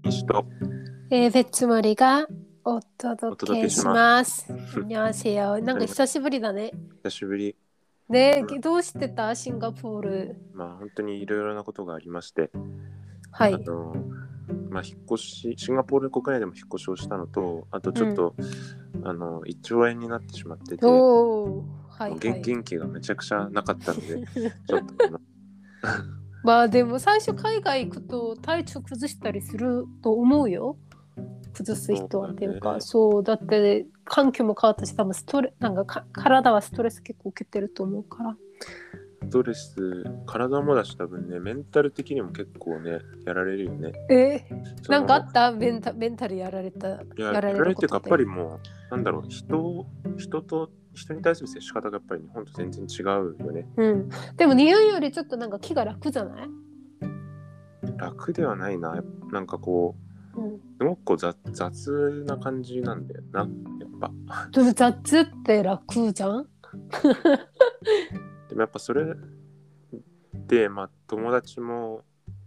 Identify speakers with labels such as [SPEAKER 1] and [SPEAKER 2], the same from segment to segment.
[SPEAKER 1] 西と
[SPEAKER 2] 배추머리가お
[SPEAKER 1] お届
[SPEAKER 2] 届けし
[SPEAKER 1] けしま
[SPEAKER 2] ます。안녕하세요。なんか久しぶりだね。
[SPEAKER 1] 久しぶり。
[SPEAKER 2] ね、どうしてたシンガポール。
[SPEAKER 1] 本当にいろいろなことがありまして、
[SPEAKER 2] はい。
[SPEAKER 1] 引っ越し、シンガポール国内でも引っ越しをしたのと、あとちょっと、1兆円になってしまってて、
[SPEAKER 2] おー、はいはい。
[SPEAKER 1] 元気がめちゃくちゃなかったので、ちょっと
[SPEAKER 2] まあでも最初海外行くと体調崩したりすると思うよ。崩す人はっていうか、そうだって環境も変わったし、多分体はストレス結構受けてると思うから。
[SPEAKER 1] ストレス、体もだした分ね、メンタル的にも結構ね、やられるよね。
[SPEAKER 2] なんかあったメンタルやられた。
[SPEAKER 1] やられるっていうか、やっぱりもう、なんだろう、人に対する接し方がやっぱり日本と全然違うよね。
[SPEAKER 2] でも日本よりちょっとなんか気が楽じゃない？
[SPEAKER 1] 楽ではないな。なんかこう、すごくこう雑な感じなんだよな、やっぱ。
[SPEAKER 2] でも雑って楽じゃん？
[SPEAKER 1] でもやっぱそれで、友達も、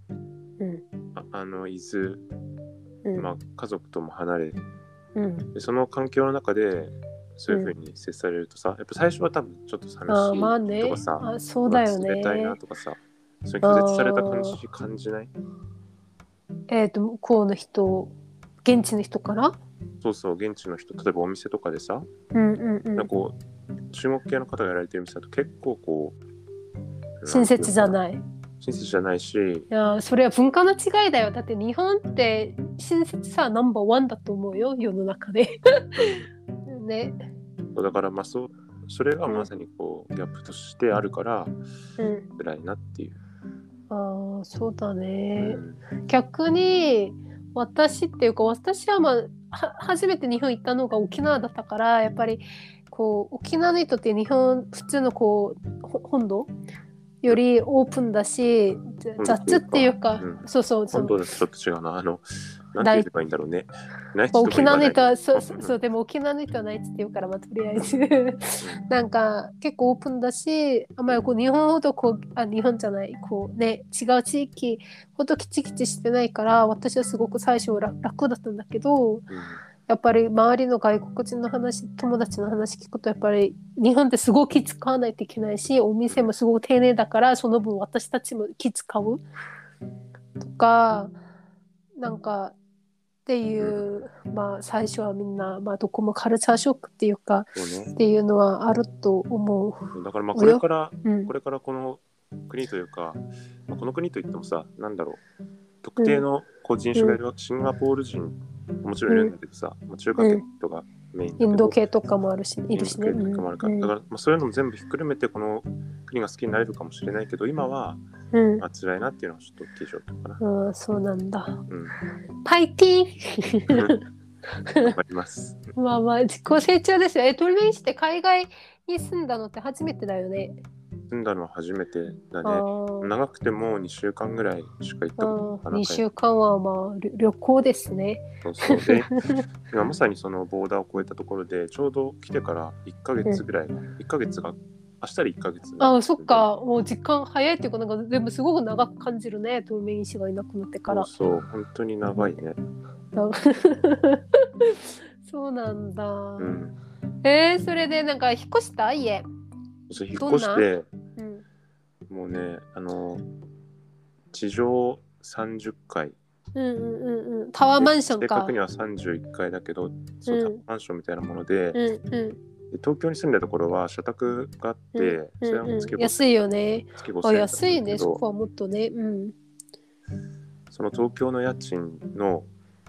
[SPEAKER 1] いず、家族とも離れ、でその環境の中でそういう風に接されるとさ、やっぱ最初は多分ちょっと寂しいとかさ、
[SPEAKER 2] そうだよね。
[SPEAKER 1] 冷たいなとかさ、そういう拒絶された感じない？
[SPEAKER 2] 向こうの人、現地の人から？
[SPEAKER 1] そうそう、現地の人、例えばお店とかでさ、なんかこう中国系の方がやられてる店だと結構こ
[SPEAKER 2] う親切じゃない。
[SPEAKER 1] 親切じゃないし、
[SPEAKER 2] いやそれは文化の違いだよ。だって日本って親切さナンバーワンだと思うよ、世の中で。ね。
[SPEAKER 1] だからそれがまさにこうギャップとしてあるから辛いなっていう。
[SPEAKER 2] そうだね。逆に私は初めて日本行ったのが沖縄だったから、やっぱりこう沖縄の人って普通のこう本土よりオープンだし、雑っていうか、そう
[SPEAKER 1] 本当だとちょっと違うな。なんて言えばいいんだろうね。
[SPEAKER 2] 沖縄の人はそうでも沖縄の人はナイツって言うから、とりあえずなんか結構オープンだし、あんまりこう日本ほど日本じゃない違う地域ほどキチキチしてないから、私はすごく最初楽だったんだけど、やっぱり周りの外国人の友達の話聞くと、やっぱり日本ってすごく気使わないといけないし、お店もすごく丁寧だから、その分私たちも気使うとか、なんかっていう、最初はみんな、どこもカルチャーショックっていうか、っていうのはあると思う。
[SPEAKER 1] だからこれからこの国というか、この国といってもさ、なんだろう、特定の個人種がいるわけ、シンガポール人もちろんいるんだけどさ、中華系の人がメインだけど、
[SPEAKER 2] インド系とかもあるし、いるしね。
[SPEAKER 1] だからそういうのも全部ひっくるめてこの国が好きになれるかもしれないけど、今は辛いなっていうのはちょっと大きい状況かな。
[SPEAKER 2] そうなんだ。ファイティー
[SPEAKER 1] 頑張ります。
[SPEAKER 2] 自己成長ですよ。トルメインして海外に住んだのって初めてだよね。
[SPEAKER 1] 住んだのは初めてだね。長くても2週間ぐらいしか行ったことない。
[SPEAKER 2] 2週間は旅行ですね。
[SPEAKER 1] そうで今まさにそのボーダーを越えたところで、ちょうど来てから1ヶ月ぐらい、1ヶ月が明日で1ヶ月。
[SPEAKER 2] そっか、もう時間早いっていうか、なんか全部すごく長く感じるね、トルメイン氏がいなくなってから。
[SPEAKER 1] そう本当に長いね。
[SPEAKER 2] そうなんだ。それでなんか引っ越した家。
[SPEAKER 1] そう引っ越して、もうね、地上30階。
[SPEAKER 2] タワーマンションか。
[SPEAKER 1] 正確には31階だけど、タワーマンションみたいなもので、東京に住んでたところは社宅があって、それは
[SPEAKER 2] 安いよね。安いね、そこはもっとね。
[SPEAKER 1] その東京の家賃の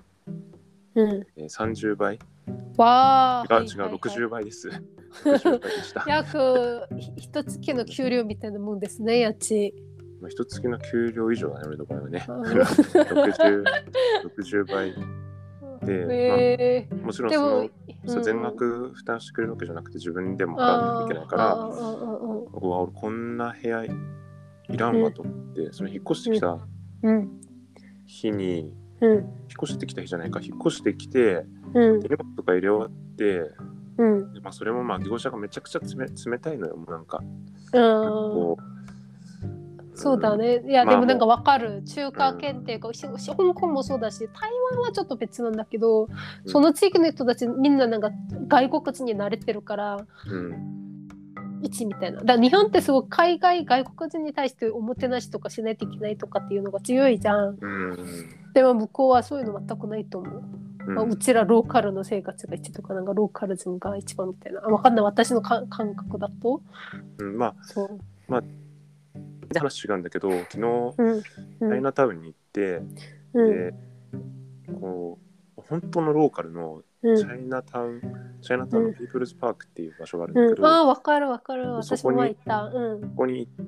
[SPEAKER 1] 30倍。
[SPEAKER 2] わー。
[SPEAKER 1] 違う、60倍です。60倍でした。
[SPEAKER 2] 約一月の給料みたいなもんですね、家賃。
[SPEAKER 1] 一月の給料以上だね、俺の場合はね。60倍で、もちろん全額負担してくれるわけじゃなくて、自分でも払わなきゃいけないから、俺こんな部屋いらんわと思って、その引っ越してきた日に、引っ越してきた日じゃないか、引っ越してきて、荷物とか入れ終わって、それも業者がめちゃくちゃ冷たいのよ、もうなんか。
[SPEAKER 2] そうだね。いや、でもなんかわかる。中華圏っていうか、香港もそうだし、台湾はちょっと別なんだけど、その地域の人たちみんななんか外国人に慣れてるから、うちみたいな。だから日本ってすごく外国人に対しておもてなしとかしないといけないとかっていうのが強いじゃん。でも向こうはそういうの全くないと思う。うちらローカルの生活が一とか、なんかローカル人が一番みたいな。わかんない、私の感覚だと。
[SPEAKER 1] まあ話違うんだけど、昨日、チャイナタウンに行って、でこう本当のローカルのチャイナタウンのピープルズパークっていう場所があるんだけど、
[SPEAKER 2] わかる私も行った。
[SPEAKER 1] そこに行って、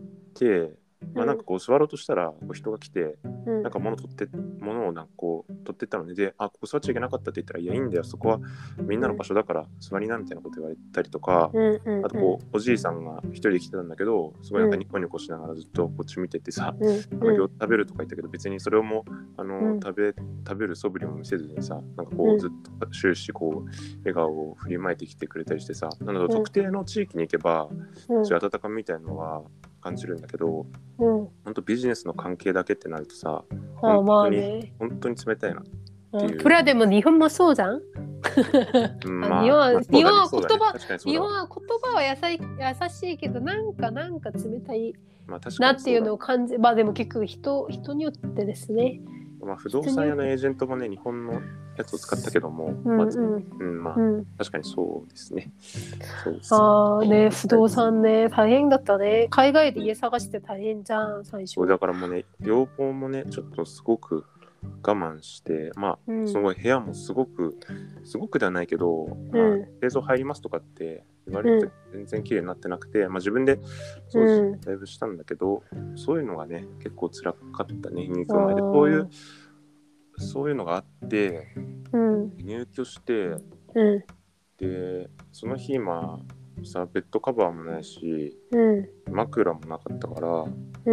[SPEAKER 1] なんかこう座ろうとしたら人が来て、なんか物をなんかこう取ってったので、ここ座っちゃいけなかったって言ったら、いやいいんだよ、そこはみんなの場所だから座りなみたいなこと言われたりとか、あとこうおじいさんが一人で来てたんだけど、すごいなんかニコニコしながらずっとこっち見ててさ、食べるとか言ったけど、別にそれをも食べる素振りも見せずにさ、なんかこうずっと終始こう笑顔を振りまいてきてくれたりしてさ、なので特定の地域に行けばそういう温かみみたいなのは感じるんだけど、本当ビジネスの関係だけってなるとさ、本当に冷たいなっていう。
[SPEAKER 2] プラでも日本もそうじゃん。日本は言葉は優しいけど、なんか冷たいなっていうのを感じ。でも結局人によってですね。
[SPEAKER 1] 不動産屋のエージェントもね、日本のやつを使ったけども、確かにそうですね。
[SPEAKER 2] 不動産ね、大変だったね。海外で家探して大変じゃん、最初。
[SPEAKER 1] だからもうね、両方もね、ちょっとすごく我慢して、すごい部屋もすごくではないけど、映像入りますとかって言われて全然綺麗になってなくて、自分でだいぶしたんだけど、そういうのがね、結構辛かったね、入居前で。そういうのがあって、入居して、で、その日ベッドカバーもないし、枕もなかったから、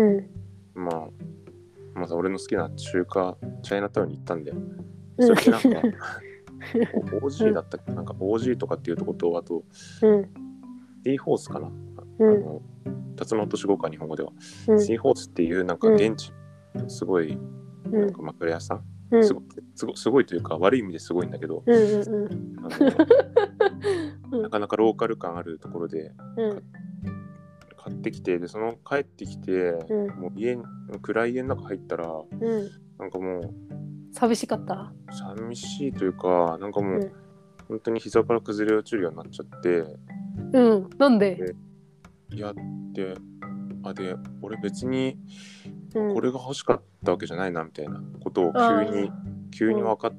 [SPEAKER 1] 俺の好きなチャイナタウンに行ったんだよ。それでなんかOG だったっけ、なんか OG とかっていうとこと、あと、シーホースかな、タツノオトシゴか、日本語では。シーホースっていうなんか現地すごいなんか枕屋さん、すごいというか悪い意味ですごいんだけど、なかなかローカル感あるところで買ってきて、で帰ってきて、もう暗い家の中入ったら、なんかもう
[SPEAKER 2] 寂しかった。
[SPEAKER 1] 寂しいというか、なんかもう、本当に膝から崩れ落ちるようになっちゃって。
[SPEAKER 2] なんで？
[SPEAKER 1] 俺別にこれが欲しかったわけじゃないなみたいなことを急に分かって、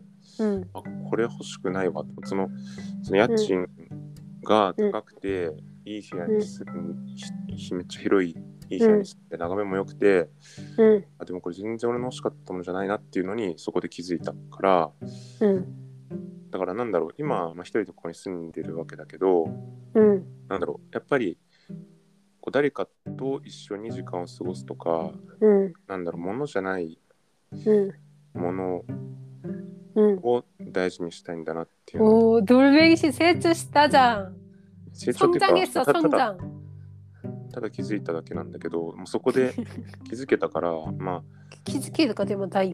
[SPEAKER 1] これ欲しくないわ。その家賃が高くて、いい部屋に住む、めっちゃ広いいい部屋に住んで、眺めも良くて、でもこれ全然俺の欲しかったものじゃないなっていうのにそこで気づいたから、だからなんだろう、今、一人でここに住んでるわけだけど、なんだろう、やっぱり誰かと一緒に時間を過ごすとか、なんだろう、ものじゃないものを大事にしたいんだなっていう。
[SPEAKER 2] 돌멩이씨成長したじゃん。
[SPEAKER 1] 成長っていうか、
[SPEAKER 2] 성장。
[SPEAKER 1] ただ気づいただけなんだけど、もうそこで気づけたから、
[SPEAKER 2] 気づけるかでもだ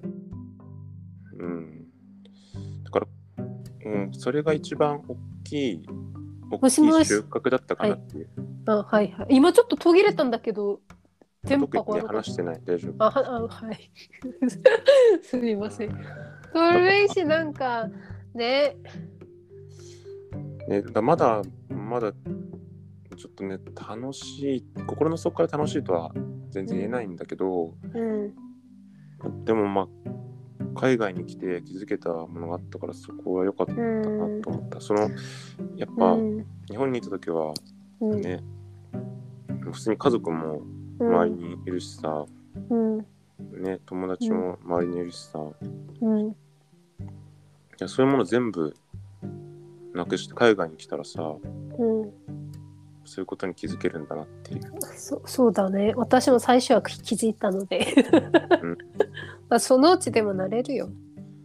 [SPEAKER 1] から、それが一番大きい収穫だったかなっていう。
[SPEAKER 2] 今ちょっと途切れたんだけど、
[SPEAKER 1] 特に話してない、大丈夫。
[SPEAKER 2] はい。すみません。トルメイシなんかね。
[SPEAKER 1] まだちょっとね、楽しい、心の底から楽しいとは全然言えないんだけど、でも海外に来て気づけたものがあったから、そこは良かったなと思った。やっぱ、日本にいた時はね、普通に家族も周りにいるしさ、友達も周りにいるしさ、そういうもの全部なくして海外に来たらさ、そういうことに気づけるんだなっていう。
[SPEAKER 2] そうだね。私も最初は気づいたので、そのうちでもなれるよ。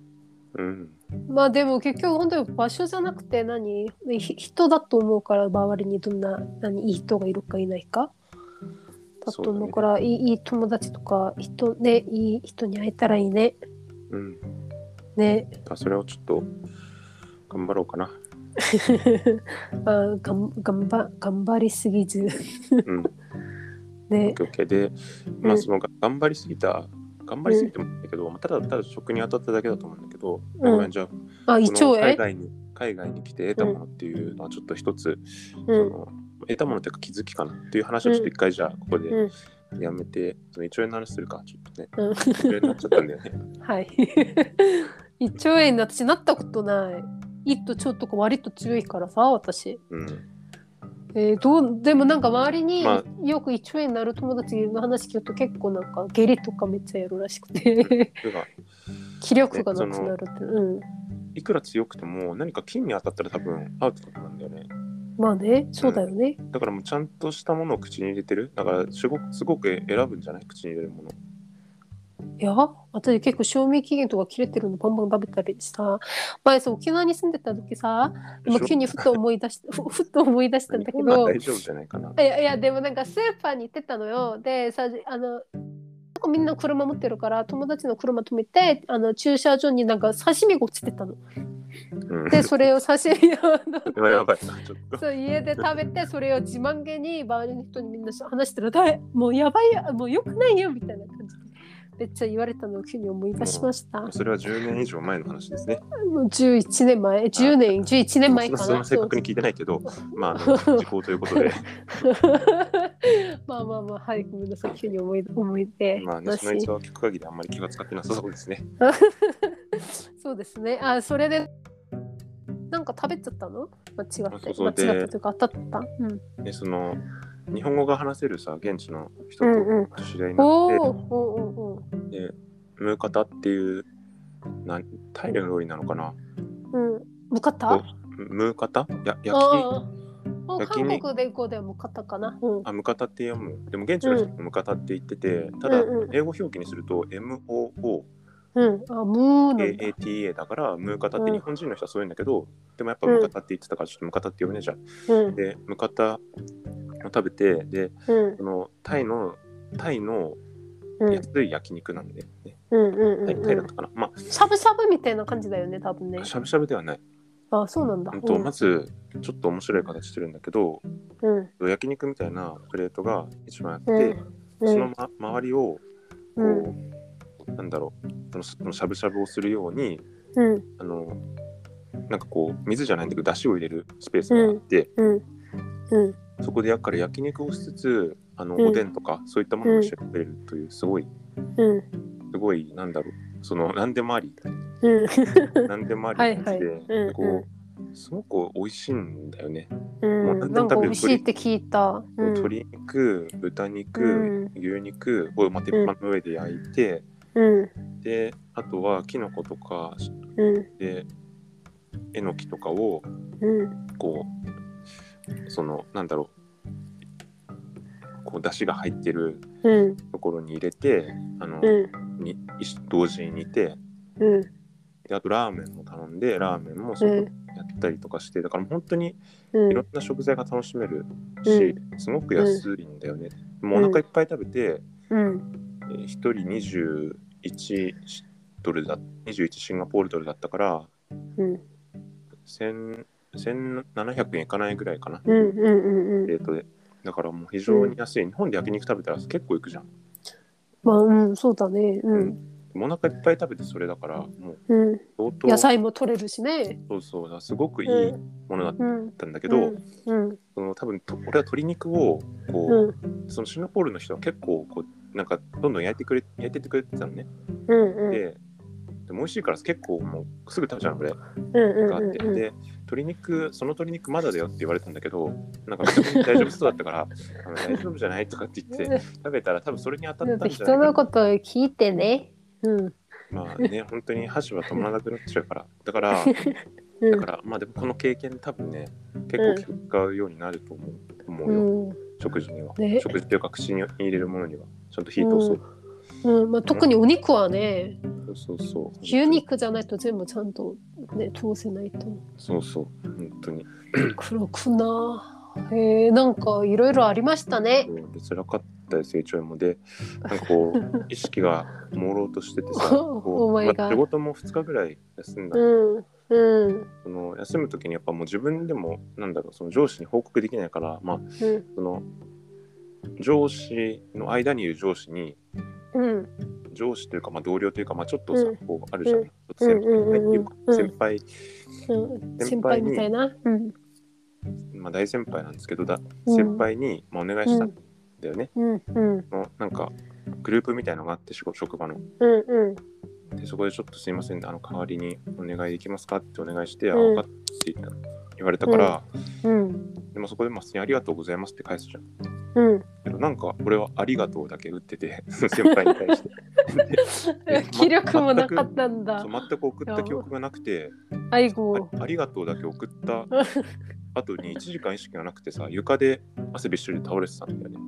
[SPEAKER 2] でも結局本当に場所じゃなくて人だと思うから、周りにどんないい人がいるかいないか。 だと思うから、いい友達とか人ね、いい人に会えたらいいね。
[SPEAKER 1] うん。
[SPEAKER 2] ね。
[SPEAKER 1] それをちょっと頑張ろうかな。
[SPEAKER 2] 頑張りすぎず。
[SPEAKER 1] うん。
[SPEAKER 2] ね。
[SPEAKER 1] OK で、まあその頑張りすぎてもいいんだけど、ただ職に当たっただけだと思うんだけど、ごめん、じゃあ、
[SPEAKER 2] 胃腸炎
[SPEAKER 1] 海外に来て得たものっていうのはちょっと一つ、得たものっていうか気づきかなっていう話をちょっと一回じゃあここでやめて、胃腸炎の話するか、ちょっとね。胃腸炎になっちゃったんだよね。
[SPEAKER 2] はい。胃腸炎に私なったことない。胃と腸とか割と強いからさ、私。でもなんか周りによく胃腸炎になる友達の話聞くと結構なんか下痢とかめっちゃやるらしくて気力がなくなるって、
[SPEAKER 1] いくら強くても何か菌に当たったら多分アウトなんだよね。
[SPEAKER 2] まあね、そうだよね、
[SPEAKER 1] だからもうちゃんとしたものを口に入れてる。だからすごく選ぶんじゃない、口に入れるもの。
[SPEAKER 2] いや、私結構賞味期限とか切れてるのバンバン食べたりさ、前さ沖縄に住んでた時さ、今急にふと思い出したんだけど、
[SPEAKER 1] 大丈夫じゃないかな。
[SPEAKER 2] いやでもなんかスーパーに行ってたのよ。でさ、みんな車持ってるから友達の車止めて駐車場になんか刺身が落ちてたの。でそれを刺身を
[SPEAKER 1] やばいな、ちょっと
[SPEAKER 2] そう家で食べて、それを自慢げに周りの人にみんな話してたら、もうやばいや、もうよくないよみたいな感じでめっちゃ言われたのを急に思い出しました。
[SPEAKER 1] それは10年以上前の話ですね。
[SPEAKER 2] もう11年前、11年前かな。
[SPEAKER 1] そんな正確に聞いてないけど、まあ時効ということで。
[SPEAKER 2] まあはい、ごめんなさい、急に思い出。
[SPEAKER 1] まあね、その逸話を聞く限りあんまり気が使ってなさそうですね。
[SPEAKER 2] そうですね。それでなんか食べちゃったの？間違ってというか当たった。
[SPEAKER 1] でその日本語が話せるさ、現地の人と知り合いになって、でムーカタっていうタイの料理なのかな。
[SPEAKER 2] ムーカタ？
[SPEAKER 1] ムーカタ？
[SPEAKER 2] 韓国で語ではムカタかな。
[SPEAKER 1] ムカタって読む。でも現地の人もムカタって言ってて、ただ英語表記にすると MOO。ATA だからムーカタって日本人の人はそういうんだけど、でもやっぱムカタって言ってたからちょっとムカタって呼ぶねじゃん。でムカタを食べて、でそのタイの安い焼肉なんでね。タイだったかな。まあ
[SPEAKER 2] しゃぶしゃぶみたいな感じだよね、多分ね。
[SPEAKER 1] しゃぶしゃぶではない。
[SPEAKER 2] あ、そうなんだ。
[SPEAKER 1] まずちょっと面白い形してるんだけど、焼肉みたいなプレートが一番あって、その周りをこう、なんだろう、そのしゃぶしゃぶをするように、なんかこう水じゃないんだけど出汁を入れるスペースがあって、そこでやっから焼肉をしつつおでんとかそういったものを一緒に食べれるというすごいなんだろう、その何でもあり何でもありな感じで、こうすごく美味しいんだよね。
[SPEAKER 2] もう何でも食べる。なんか美味しいって聞いた。
[SPEAKER 1] 鶏肉、豚肉、牛肉を鉄板の上で焼いて、であとはキノコとか、でえのきとかをこうそのなんだろう、こう出汁が入ってるところに入れて、同時に煮て、であとラーメンも頼んでラーメンもそこやったりとかして、だから本当にいろんな食材が楽しめるし、すごく安いんだよね。もうお腹いっぱい食べて、1人21ドルだ、21シンガポールドルだったから、1700円いかないぐらいかな、レートで。だからもう非常に安い。日本で焼肉食べたら結構いくじゃん。
[SPEAKER 2] まあそうだね。
[SPEAKER 1] お腹いっぱい食べてそれだからもう相当、
[SPEAKER 2] 野菜も取れるしね。
[SPEAKER 1] そうだ、すごくいいものだったんだけど、その多分俺は鶏肉をこう、そのシンガポールの人は結構こうなんかどんどん焼いてってくれてたのね。でも美味しいから結構もうすぐ食べちゃうのこれがあって、でその鶏肉まだだよって言われたんだけど、なんか大丈夫そうだったから大丈夫じゃないとかって言って食べたら多分それに当たったんじゃないかな。
[SPEAKER 2] 人のこと聞いてね。
[SPEAKER 1] まあね、本当に箸は止まらなくなっちゃうから、だからまあでもこの経験多分ね結構使うようになると思うよ、食事には、食事っていうか口に入れるものにはちゃんと火通そう。
[SPEAKER 2] まあ、特にお肉はね、
[SPEAKER 1] そう
[SPEAKER 2] 牛肉じゃないと全部ちゃんとね通せないと。
[SPEAKER 1] そう本当に
[SPEAKER 2] 黒くな。なんかいろいろありましたね。
[SPEAKER 1] 辛かっったです、HOM で。なんかこう、意識が朦朧としててさ、こう仕事も2日ぐらい休んだ。その休むときにやっぱもう自分でも、なんだろう、その上司に報告できないから、まあ、その上司の間にいる上司に、上司というか、まあ、同僚というか、まあ、ちょっとさ、こうあるじゃん。先輩みたいな。まあ、大先輩なんですけど、先輩に、まあ、お願いしたんだよね。なんかグループみたいのがあって職場の。でそこでちょっとすいません、代わりにお願いできますかってお願いして、分かって言われたから、でもそこでまあありがとうございますって返すじゃん。けどなんか俺はありがとうだけ打ってて先輩に対して
[SPEAKER 2] 気力もなかったんだ。
[SPEAKER 1] 全く送った記憶がなくて、ありがとうだけ送った後に1時間意識がなくてさ、床で汗びっしょりで倒れてたんだよね。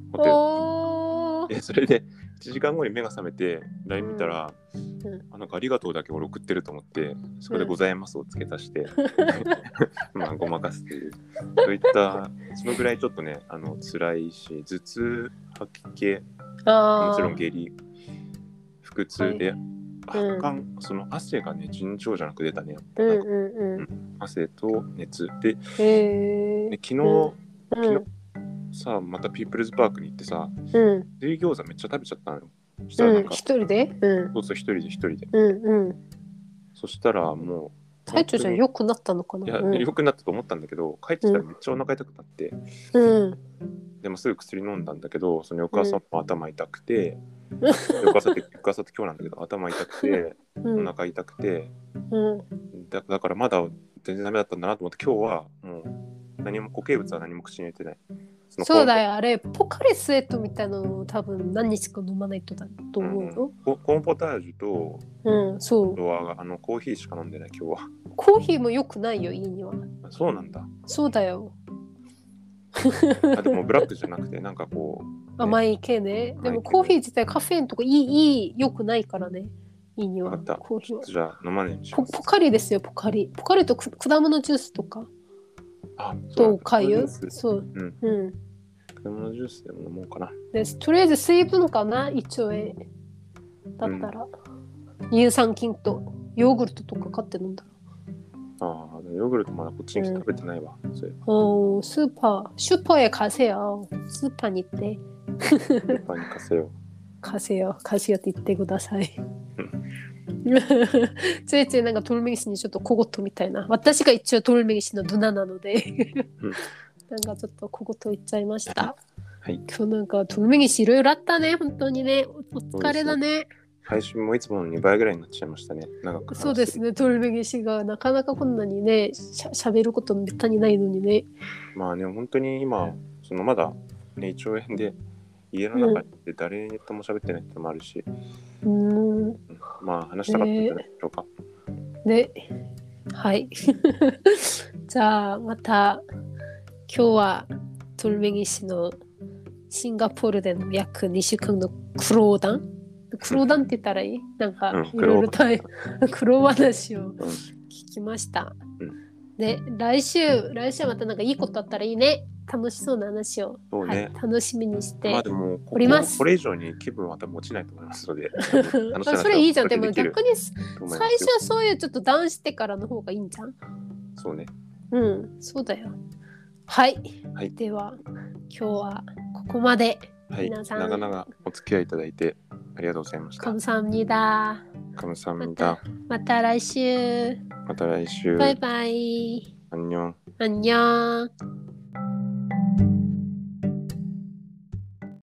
[SPEAKER 1] それで1時間後に目が覚めて LINE 見たら、なんかありがとうだけ俺送ってると思って、そこでございますを付け足して、まあごまかすっていう、そういったそのぐらいちょっとね辛いし、頭痛吐き気、もちろん下痢、腹痛で、その汗がね尋常じゃなく出たね。汗と熱で、昨日さ、またピープルズパークに行ってさ、水餃子めっちゃ食べちゃったのよ。したらなんか、
[SPEAKER 2] 一人で？
[SPEAKER 1] そう一人で。そしたらもう
[SPEAKER 2] 体調じゃ良くなったのかな。
[SPEAKER 1] いや、良くなったと思ったんだけど、帰ってきたらめっちゃお腹痛くなって、でもすぐ薬飲んだんだけど、その翌朝も頭痛くて、翌朝って今日なんだけど、頭痛くて、お腹痛くて、だからまだ全然ダメだったんだなと思って、今日はもう何も固形物は何も口に入れてない。
[SPEAKER 2] そうだよ、あれポカリスエットみたいなのを多分何日か飲まないとだと思うよ。
[SPEAKER 1] コーンポタージュと、
[SPEAKER 2] そう
[SPEAKER 1] コーヒーしか飲んでない今日は。
[SPEAKER 2] コーヒーも良くないよ、胃には。
[SPEAKER 1] そうなんだ。
[SPEAKER 2] そうだよ。
[SPEAKER 1] でもブラックじゃなくてなんかこう、
[SPEAKER 2] 甘い系ね。でもコーヒー自体カフェインとか良くないからね、胃には。
[SPEAKER 1] コーヒーはじゃあ飲まないにします。
[SPEAKER 2] ポカリですよ、ポカリと果物ジュースとかとかゆ。そう。
[SPEAKER 1] 果物ジュースでも飲もうかな。
[SPEAKER 2] とりあえず水分かな、一応だったら、乳酸菌とヨーグルトとか買って飲んだら。
[SPEAKER 1] ヨーグルトまだこっちに食べてないわ。
[SPEAKER 2] スーパーへ가세요。スーパーに行って。
[SPEAKER 1] スーパーに
[SPEAKER 2] 가세요って言ってください。ついついなんかトルメギシにちょっと小言みたいな。私が一応トルメギシのドゥナなので。なんかちょっと小言言っちゃいました。今日なんかトルメギシいろいろあったね、本当にね。お疲れだね。
[SPEAKER 1] 配信もいつもの2倍ぐらいになっちゃいましたね。
[SPEAKER 2] そうですね、トルメギシがなかなかこんなにね、喋ることめったにないのにね。ま
[SPEAKER 1] あね、本当に今、まだ、ね、1兆円で家の中で誰とも喋ってないってのもあるし、まあ話したかったんじゃないでしょうか。
[SPEAKER 2] ね、はい。じゃあまた今日はトルメギシのシンガポールでの約2週間の苦労談って言ったらいい？なんかいろいろ苦労話を聞きました。で、来週はまたなんかいいことあったらいいね。楽しそうな話を、楽しみにしております。
[SPEAKER 1] これ以上に気分は多分落ちないと思いますので。
[SPEAKER 2] それいいじゃん。でも逆に最初はそういうちょっとダウンしてからの方がいいんじゃん。
[SPEAKER 1] そうね。
[SPEAKER 2] そうだよ。はい。では今日はここまで。皆さん
[SPEAKER 1] 長々お付き合いいただいてありがとうございました。
[SPEAKER 2] 감사합니다。また来週。
[SPEAKER 1] バイバイ。
[SPEAKER 2] 안녕。